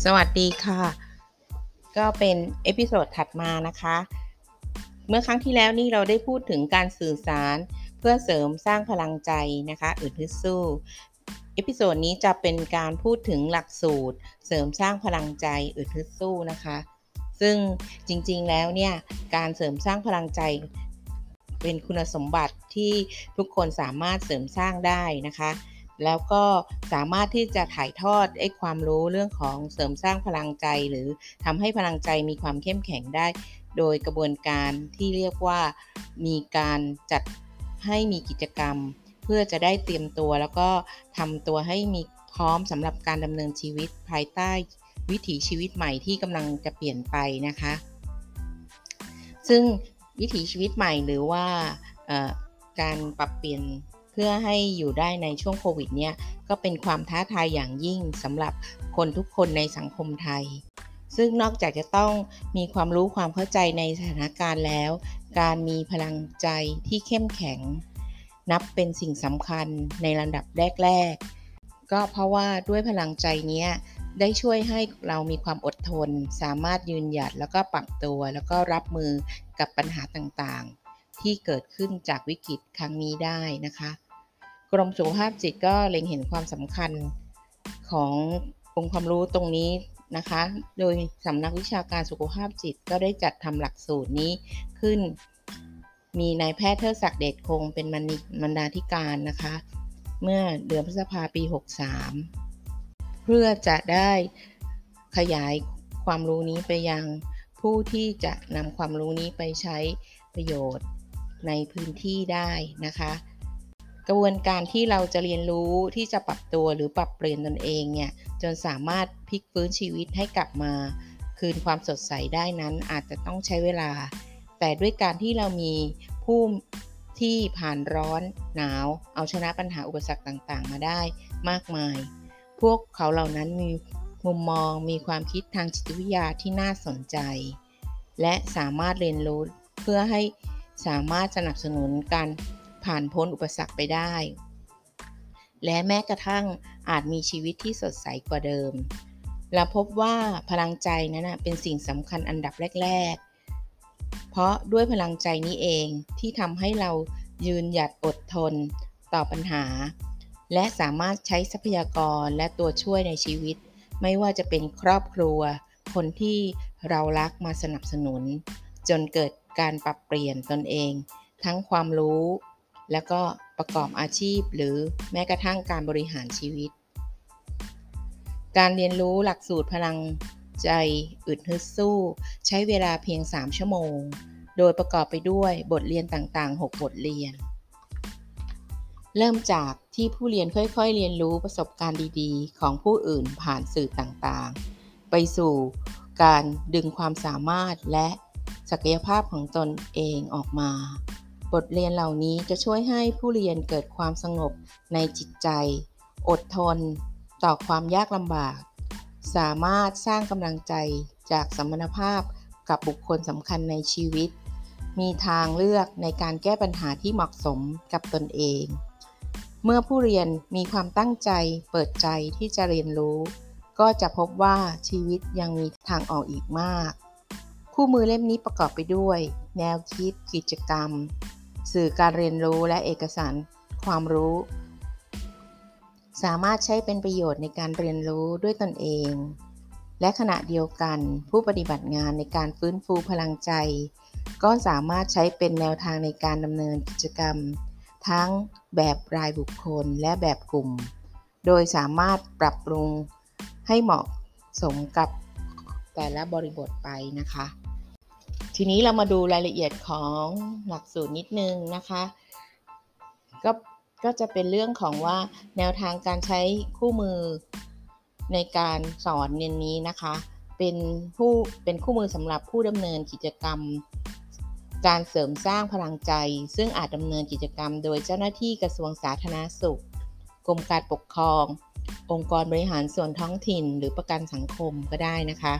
สวัสดีค่ะก็เป็นเอพิโซดถัดมานะคะเมื่อครั้งที่แล้วนี่เราได้พูดถึงการสื่อสารเพื่อเสริมสร้างพลังใจนะคะอึดฮึดสู้เอพิโซดนี้จะเป็นการพูดถึงหลักสูตรเสริมสร้างพลังใจอึดฮึดสู้นะคะซึ่งจริงๆแล้วเนี่ยการเสริมสร้างพลังใจเป็นคุณสมบัติที่ทุกคนสามารถเสริมสร้างได้นะคะแล้วก็สามารถที่จะถ่ายทอดความรู้เรื่องของเสริมสร้างพลังใจหรือทำให้พลังใจมีความเข้มแข็งได้โดยกระบวนการที่เรียกว่ามีการจัดให้มีกิจกรรมเพื่อจะได้เตรียมตัวแล้วก็ทำตัวให้มีพร้อมสำหรับการดำเนินชีวิตภายใต้วิถีชีวิตใหม่ที่กำลังจะเปลี่ยนไปนะคะซึ่งวิถีชีวิตใหม่หรือว่าการปรับเปลี่ยนเพื่อให้อยู่ได้ในช่วงโควิดเนี่ยก็เป็นความท้าทายอย่างยิ่งสำหรับคนทุกคนในสังคมไทยซึ่งนอกจากจะต้องมีความรู้ความเข้าใจในสถานการณ์แล้วการมีพลังใจที่เข้มแข็งนับเป็นสิ่งสำคัญในลำดับแรกๆก็เพราะว่าด้วยพลังใจนี้ได้ช่วยให้เรามีความอดทนสามารถยืนหยัดแล้วก็ปรับตัวแล้วก็รับมือกับปัญหาต่างๆที่เกิดขึ้นจากวิกฤตครั้งนี้ได้นะคะกรมสุขภาพจิตก็เล็งเห็นความสำคัญขององค์ความรู้ตรงนี้นะคะโดยสำนักวิชาการสุขภาพจิตก็ได้จัดทำหลักสูตรนี้ขึ้นมีนายแพทย์เทิดศักดิ์เดชคงเป็นบรรณาธิการนะคะเมื่อเดือนพฤษภาคมปี 63เพื่อจะได้ขยายความรู้นี้ไปยังผู้ที่จะนำความรู้นี้ไปใช้ประโยชน์ในพื้นที่ได้นะคะกระบวนการที่เราจะเรียนรู้ที่จะปรับตัวหรือปรับเปลี่ยนตนเองเนี่ยจนสามารถพลิกฟื้นชีวิตให้กลับมาคืนความสดใสได้นั้นอาจจะต้องใช้เวลาแต่ด้วยการที่เรามีผู้ที่ผ่านร้อนหนาวเอาชนะปัญหาอุปสรรคต่างๆมาได้มากมายพวกเขาเหล่านั้นมีมุมมองมีความคิดทางจิตวิทยาที่น่าสนใจและสามารถเรียนรู้เพื่อให้สามารถสนับสนุนการผ่านพ้นอุปสรรคไปได้และแม้กระทั่งอาจมีชีวิตที่สดใสกว่าเดิมเราพบว่าพลังใจนั้นเป็นสิ่งสำคัญอันดับแรกๆเพราะด้วยพลังใจนี้เองที่ทำให้เรายืนหยัดอดทนต่อปัญหาและสามารถใช้ทรัพยากรและตัวช่วยในชีวิตไม่ว่าจะเป็นครอบครัวคนที่เรารักมาสนับสนุนจนเกิดการปรับเปลี่ยนตนเองทั้งความรู้แล้วก็ประกอบอาชีพหรือแม้กระทั่งการบริหารชีวิตการเรียนรู้หลักสูตรพลังใจอึดฮึดสู้ใช้เวลาเพียง3ชั่วโมงโดยประกอบไปด้วยบทเรียนต่างๆ6บทเรียนเริ่มจากที่ผู้เรียนค่อยๆเรียนรู้ประสบการณ์ดีๆของผู้อื่นผ่านสื่อต่างๆไปสู่การดึงความสามารถและศักยภาพของตนเองออกมาบทเรียนเหล่านี้จะช่วยให้ผู้เรียนเกิดความสงบในจิตใจอดทนต่อความยากลำบากสามารถสร้างกำลังใจจากสัมพันธภาพกับบุคคลสำคัญในชีวิตมีทางเลือกในการแก้ปัญหาที่เหมาะสมกับตนเองเมื่อผู้เรียนมีความตั้งใจเปิดใจที่จะเรียนรู้ก็จะพบว่าชีวิตยังมีทางออกอีกมากคู่มือเล่มนี้ประกอบไปด้วยแนวคิดกิจกรรมสื่อการเรียนรู้และเอกสารความรู้สามารถใช้เป็นประโยชน์ในการเรียนรู้ด้วยตนเองและขณะเดียวกันผู้ปฏิบัติงานในการฟื้นฟูพลังใจก็สามารถใช้เป็นแนวทางในการดำเนินกิจกรรมทั้งแบบรายบุคคลและแบบกลุ่มโดยสามารถปรับปรุงให้เหมาะสมกับแต่ละบริบทไปนะคะทีนี้เรามาดูรายละเอียดของหลักสูตรนิดนึงนะคะก็จะเป็นเรื่องของว่าแนวทางการใช้คู่มือในการสอนเรียนนี้นะคะเป็นคู่มือสำหรับผู้ดำเนินกิจกรรมการเสริมสร้างพลังใจซึ่งอาจดำเนินกิจกรรมโดยเจ้าหน้าที่กระทรวงสาธารณสุขกรมการปกครององค์กรบริหารส่วนท้องถิ่นหรือประกันสังคมก็ได้นะคะ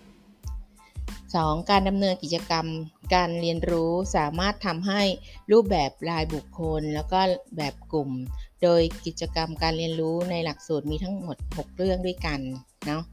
2. การดำเนินกิจกรรมการเรียนรู้สามารถทำให้รูปแบบรายบุคคลแล้วก็แบบกลุ่มโดยกิจกรรมการเรียนรู้ในหลักสูตรมีทั้งหมด6เรื่องด้วยกันเนาะ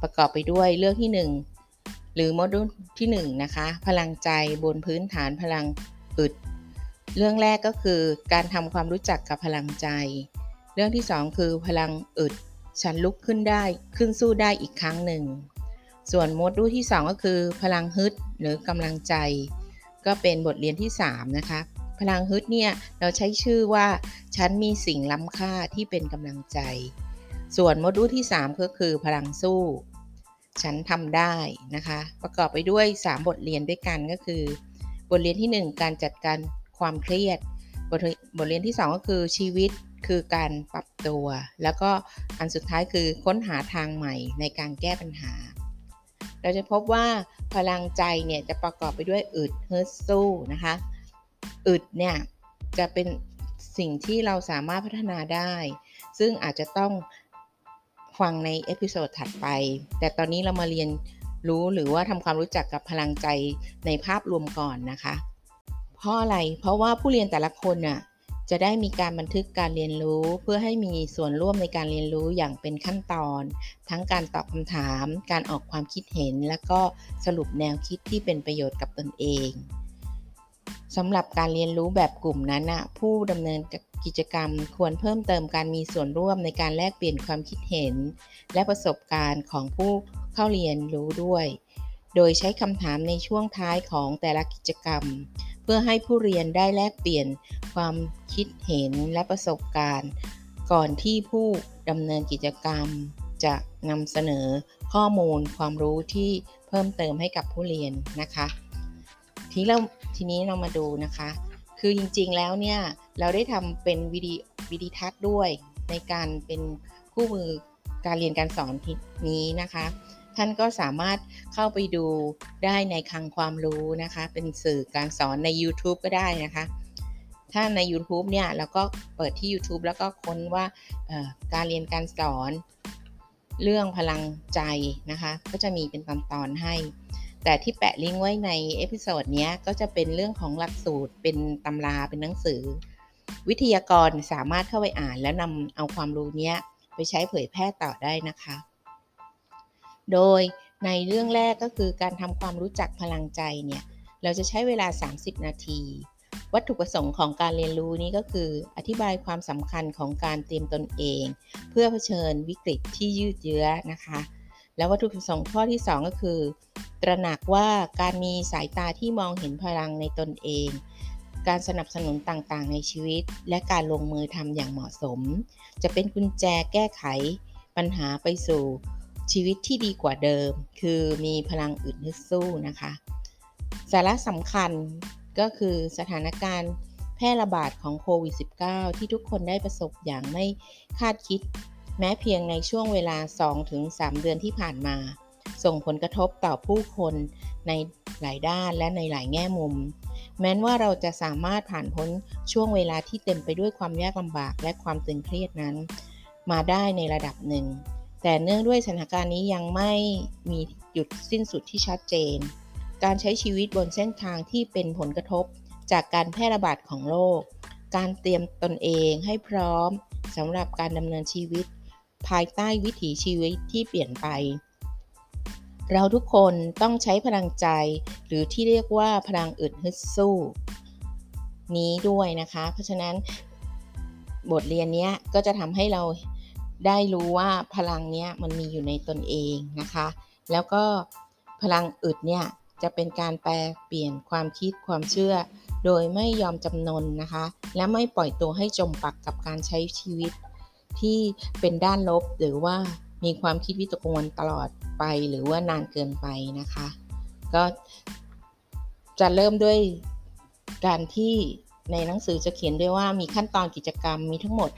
ประกอบไปด้วยเรื่องที่1หรือโมดูลที่1นะคะพลังใจบนพื้นฐานพลังอึดเรื่องแรกก็คือการทำความรู้จักกับพลังใจเรื่องที่2คือพลังอึดฉันลุกขึ้นสู้ได้อีกครั้งหนึ่งส่วนโมดูลที่2ก็คือพลังฮึดหรือกำลังใจก็เป็นบทเรียนที่3นะคะพลังฮึดเนี่ยเราใช้ชื่อว่าฉันมีสิ่งล้ำค่าที่เป็นกำลังใจส่วนโมดูลที่3ก็คือพลังสู้ฉันทำได้นะคะประกอบไปด้วย3บทเรียนด้วยกันก็คือบทเรียนที่1การจัดการความเครียดบทเรียนที่2ก็คือชีวิตคือการปรับตัวแล้วก็อันสุดท้ายคือค้นหาทางใหม่ในการแก้ปัญหาเราจะพบว่าพลังใจเนี่ยจะประกอบไปด้วยอึดฮึดสู้นะคะอึดเนี่ยจะเป็นสิ่งที่เราสามารถพัฒนาได้ซึ่งอาจจะต้องฟังในเอพิโซดถัดไปแต่ตอนนี้เรามาเรียนรู้หรือว่าทำความรู้จักกับพลังใจในภาพรวมก่อนนะคะเพราะอะไรเพราะว่าผู้เรียนแต่ละคนน่ะจะได้มีการบันทึกการเรียนรู้เพื่อให้มีส่วนร่วมในการเรียนรู้อย่างเป็นขั้นตอนทั้งการตอบคำถามการออกความคิดเห็นและก็สรุปแนวคิดที่เป็นประโยชน์กับตนเองสำหรับการเรียนรู้แบบกลุ่มนั้นผู้ดำเนินกิจกรรมควรเพิ่มเติมการมีส่วนร่วมในการแลกเปลี่ยนความคิดเห็นและประสบการณ์ของผู้เข้าเรียนรู้ด้วยโดยใช้คำถามในช่วงท้ายของแต่ละกิจกรรมเพื่อให้ผู้เรียนได้แลกเปลี่ยนความคิดเห็นและประสบการณ์ก่อนที่ผู้ดำเนินกิจกรรมจะนำเสนอข้อมูลความรู้ที่เพิ่มเติมให้กับผู้เรียนนะคะทีนี้เรามาดูนะคะคือจริงๆแล้วเนี่ยเราได้ทำเป็นวิดีทัศน์ด้วยในการเป็นคู่มือการเรียนการสอนนี้นะคะท่านก็สามารถเข้าไปดูได้ในคลังความรู้นะคะเป็นสื่อการสอนใน YouTube ก็ได้นะคะถ้าใน YouTube เนี่ยเราก็เปิดที่ YouTube แล้วก็ค้นว่าการเรียนการสอนเรื่องพลังใจนะคะก็จะมีเป็นตอนๆให้แต่ที่แปะลิงก์ไว้ในเอพิโซดนี้ก็จะเป็นเรื่องของหลักสูตรเป็นตำราเป็นหนังสือวิทยากรสามารถเข้าไปอ่านแล้วนำเอาความรู้นี้ไปใช้เผยแพร่ต่อได้นะคะโดยในเรื่องแรกก็คือการทำความรู้จักพลังใจเนี่ยเราจะใช้เวลา30นาทีวัตถุประสงค์ของการเรียนรู้นี้ก็คืออธิบายความสำคัญของการเตรียมตนเองเพื่อเผชิญวิกฤตที่ยืดเยื้อนะคะแล้ววัตถุประสงค์ข้อที่2ก็คือตระหนักว่าการมีสายตาที่มองเห็นพลังในตนเองการสนับสนุนต่างๆในชีวิตและการลงมือทำอย่างเหมาะสมจะเป็นกุญแจแก้ไขปัญหาไปสู่ชีวิตที่ดีกว่าเดิมคือมีพลังอึดฮึดสู้นะคะสาระสำคัญก็คือสถานการณ์แพร่ระบาดของโควิด -19 ที่ทุกคนได้ประสบอย่างไม่คาดคิดแม้เพียงในช่วงเวลา 2-3 เดือนที่ผ่านมาส่งผลกระทบต่อผู้คนในหลายด้านและในหลายแง่มุมแม้ว่าเราจะสามารถผ่านพ้นช่วงเวลาที่เต็มไปด้วยความยากลำบากและความตึงเครียดนั้นมาได้ในระดับหนึ่งแต่เนื่องด้วยสถานการณ์นี้ยังไม่มีจุดสิ้นสุดที่ชัดเจนการใช้ชีวิตบนเส้นทางที่เป็นผลกระทบจากการแพร่ระบาดของโรคการเตรียมตนเองให้พร้อมสำหรับการดำเนินชีวิตภายใต้วิถีชีวิตที่เปลี่ยนไปเราทุกคนต้องใช้พลังใจหรือที่เรียกว่าพลังอึดฮึดสู้นี้ด้วยนะคะเพราะฉะนั้นบทเรียนนี้ก็จะทำให้เราได้รู้ว่าพลังนี้มันมีอยู่ในตนเองนะคะแล้วก็พลังอึดเนี่ยจะเป็นการแปลเปลี่ยนความคิดความเชื่อโดยไม่ยอมจำนนนะคะและไม่ปล่อยตัวให้จมปักกับการใช้ชีวิตที่เป็นด้านลบหรือว่ามีความคิดวิตกกังวลตลอดไปหรือว่านานเกินไปนะคะก็จะเริ่มด้วยการที่ในหนังสือจะเขียนด้วยว่ามีขั้นตอนกิจกรรมมีทั้งหมด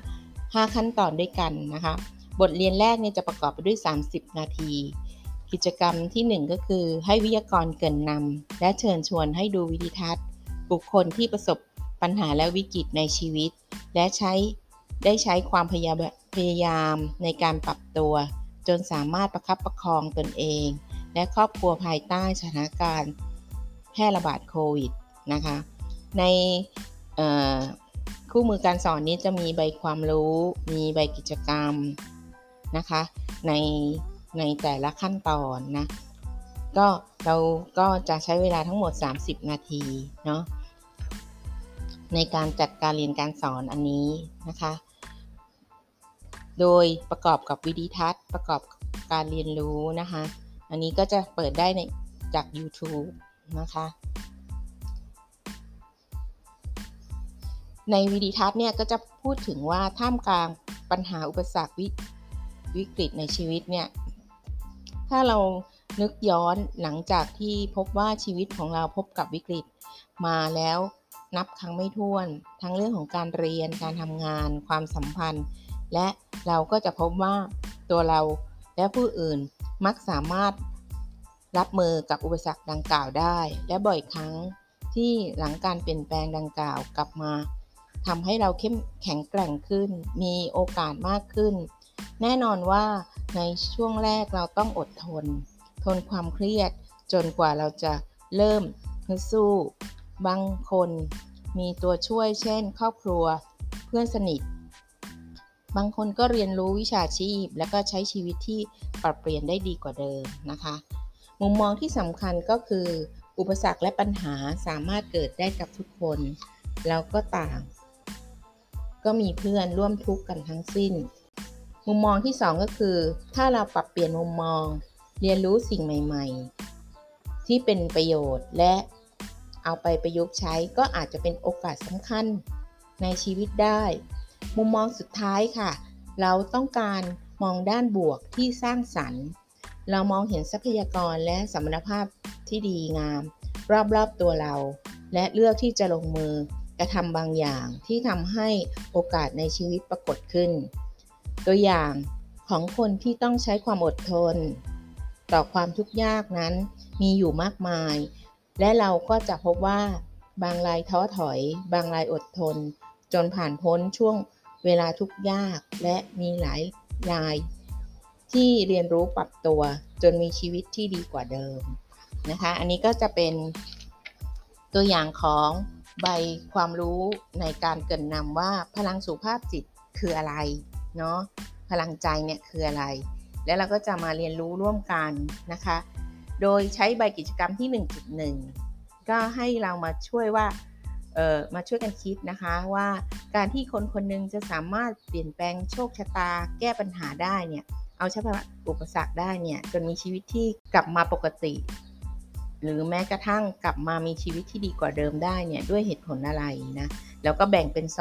5ขั้นตอนด้วยกันนะคะบทเรียนแรกเนี่ยจะประกอบไปด้วย30นาทีกิจกรรมที่1ก็คือให้วิทยากรเกริ่นนำและเชิญชวนให้ดูวิดีทัศน์บุคคลที่ประสบปัญหาและวิกฤตในชีวิตและได้ใช้ความพยายามในการปรับตัวจนสามารถประคับประคองตนเองและครอบครัวภายใต้สถานการณ์แพร่ระบาดโควิดนะคะในคู่มือการสอนนี้จะมีใบความรู้มีใบกิจกรรมนะคะในในแต่ละขั้นตอนนะก็เราก็จะใช้เวลาทั้งหมด30นาทีเนาะในการจัดการเรียนการสอนอันนี้นะคะโดยประกอบกับวิดีทัศน์ประกอบกับการเรียนรู้นะคะอันนี้ก็จะเปิดได้จาก YouTube นะคะในวิดีทัศน์เนี่ยก็จะพูดถึงว่าท่ามกลางปัญหาอุปสรรควิกฤตในชีวิตเนี่ยถ้าเรานึกย้อนหลังจากที่พบว่าชีวิตของเราพบกับวิกฤตมาแล้วนับครั้งไม่ถ้วนทั้งเรื่องของการเรียนการทำงานความสัมพันธ์และเราก็จะพบว่าตัวเราและผู้อื่นมักสามารถรับมือกับอุปสรรคดังกล่าวได้และบ่อยครั้งที่หลังการเปลี่ยนแปลงดังกล่าวกลับมาทำให้เราแข็งแกร่งขึ้นมีโอกาสมากขึ้นแน่นอนว่าในช่วงแรกเราต้องอดทนความเครียดจนกว่าเราจะเริ่มฮึดสู้บางคนมีตัวช่วยเช่นครอบครัวเพื่อนสนิทบางคนก็เรียนรู้วิชาชีพแล้วก็ใช้ชีวิตที่ปรับเปลี่ยนได้ดีกว่าเดิมนะคะมุมมองที่สำคัญก็คืออุปสรรคและปัญหาสามารถเกิดได้กับทุกคนแล้วก็ต่างก็มีเพื่อนร่วมทุกข์กันทั้งสิ้นมุมมองที่2ก็คือถ้าเราปรับเปลี่ยนมุมมองเรียนรู้สิ่งใหม่ๆที่เป็นประโยชน์และเอาไปประยุกต์ใช้ก็อาจจะเป็นโอกาสสำคัญในชีวิตได้มุมมองสุดท้ายค่ะเราต้องการมองด้านบวกที่สร้างสรรค์เรามองเห็นทรัพยากรและสมรรถภาพที่ดีงามรอบๆตัวเราและเลือกที่จะลงมือกระทำบางอย่างที่ทำให้โอกาสในชีวิตปรากฏขึ้นตัวอย่างของคนที่ต้องใช้ความอดทนต่อความทุกข์ยากนั้นมีอยู่มากมายและเราก็จะพบว่าบางรายท้อถอยบางรายอดทนจนผ่านพ้นช่วงเวลาทุกข์ยากและมีหลายรายที่เรียนรู้ปรับตัวจนมีชีวิตที่ดีกว่าเดิมนะคะอันนี้ก็จะเป็นตัวอย่างของใบความรู้ในการเกริ่นนำว่าพลังสุขภาพจิตคืออะไรเนาะพลังใจเนี่ยคืออะไรแล้วเราก็จะมาเรียนรู้ร่วมกันนะคะโดยใช้ใบกิจกรรมที่ 1.1 ก็ให้เรามาช่วยว่ามาช่วยกันคิดนะคะว่าการที่คนคนหนึ่งจะสามารถเปลี่ยนแปลงโชคชะตาแก้ปัญหาได้เนี่ยเอาชนะอุปสรรคได้เนี่ยจนมีชีวิตที่กลับมาปกติหรือแม้กระทั่งกลับมามีชีวิตที่ดีกว่าเดิมได้เนี่ยด้วยเหตุผลอะไรนะแล้วก็แบ่งเป็น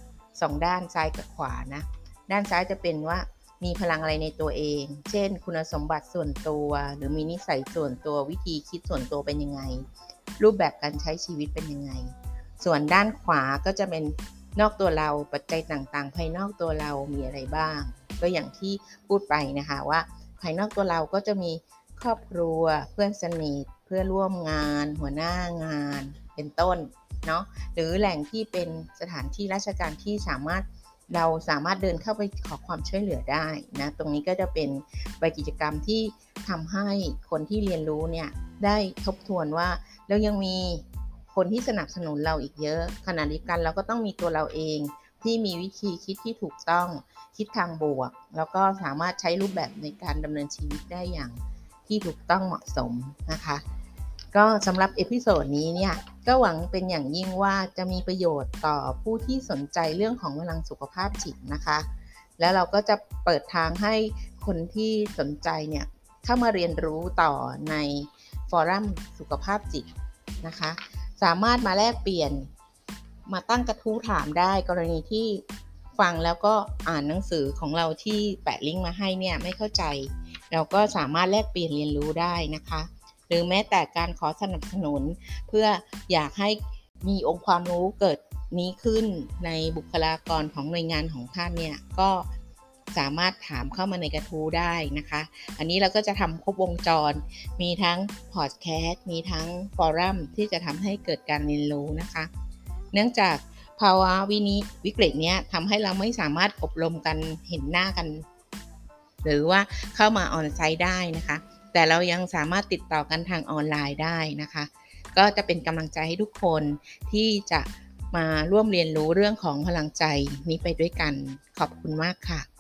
2ด้านซ้ายกับขวานะด้านซ้ายจะเป็นว่ามีพลังอะไรในตัวเองเช่นคุณสมบัติส่วนตัวหรือมีนิสัยส่วนตัววิธีคิดส่วนตัวเป็นยังไงรูปแบบการใช้ชีวิตเป็นยังไงส่วนด้านขวาก็จะเป็นนอกตัวเราปัจจัยต่างๆภายนอกตัวเรามีอะไรบ้างก็อย่างที่พูดไปนะคะว่าภายนอกตัวเราก็จะมีครอบครัวเพื่อนสนิทเพื่อนร่วมงานหัวหน้างานเป็นต้นเนาะหรือแหล่งที่เป็นสถานที่ราชการที่เราสามารถเดินเข้าไปขอความช่วยเหลือได้นะตรงนี้ก็จะเป็นใบกิจกรรมที่ทำให้คนที่เรียนรู้เนี่ยได้ทบทวนว่าเรายังมีคนที่สนับสนุนเราอีกเยอะขณะเดียวกันเราก็ต้องมีตัวเราเองที่มีวิธีคิดที่ถูกต้องคิดทางบวกแล้วก็สามารถใช้รูปแบบในการดำเนินชีวิตได้อย่างที่ถูกต้องเหมาะสมนะคะก็สำหรับเอพิโซดนี้เนี่ยก็หวังเป็นอย่างยิ่งว่าจะมีประโยชน์ต่อผู้ที่สนใจเรื่องของพลังสุขภาพจิตนะคะแล้วเราก็จะเปิดทางให้คนที่สนใจเนี่ยเข้ามาเรียนรู้ต่อในฟอรัมสุขภาพจิตนะคะสามารถมาแลกเปลี่ยนมาตั้งกระทู้ถามได้กรณีที่ฟังแล้วก็อ่านหนังสือของเราที่แปะลิงก์มาให้เนี่ยไม่เข้าใจเราก็สามารถแลกเปลี่ยนเรียนรู้ได้นะคะหรือแม้แต่การขอสนับสนุนเพื่ออยากให้มีองค์ความรู้เกิดนี้ขึ้นในบุคลากรของหน่วยงานของท่านเนี่ยก็สามารถถามเข้ามาในกระทู้ได้นะคะอันนี้เราก็จะทำครบวงจรมีทั้งพอดแคสต์มีทั้งฟอรัมที่จะทำให้เกิดการเรียนรู้นะคะเนื่องจากภาวะวิกฤตเนี้ยทำให้เราไม่สามารถอบรมกันเห็นหน้ากันหรือว่าเข้ามาออนไซต์ได้นะคะแต่เรายังสามารถติดต่อกันทางออนไลน์ได้นะคะก็จะเป็นกำลังใจให้ทุกคนที่จะมาร่วมเรียนรู้เรื่องของพลังใจนี้ไปด้วยกันขอบคุณมากค่ะ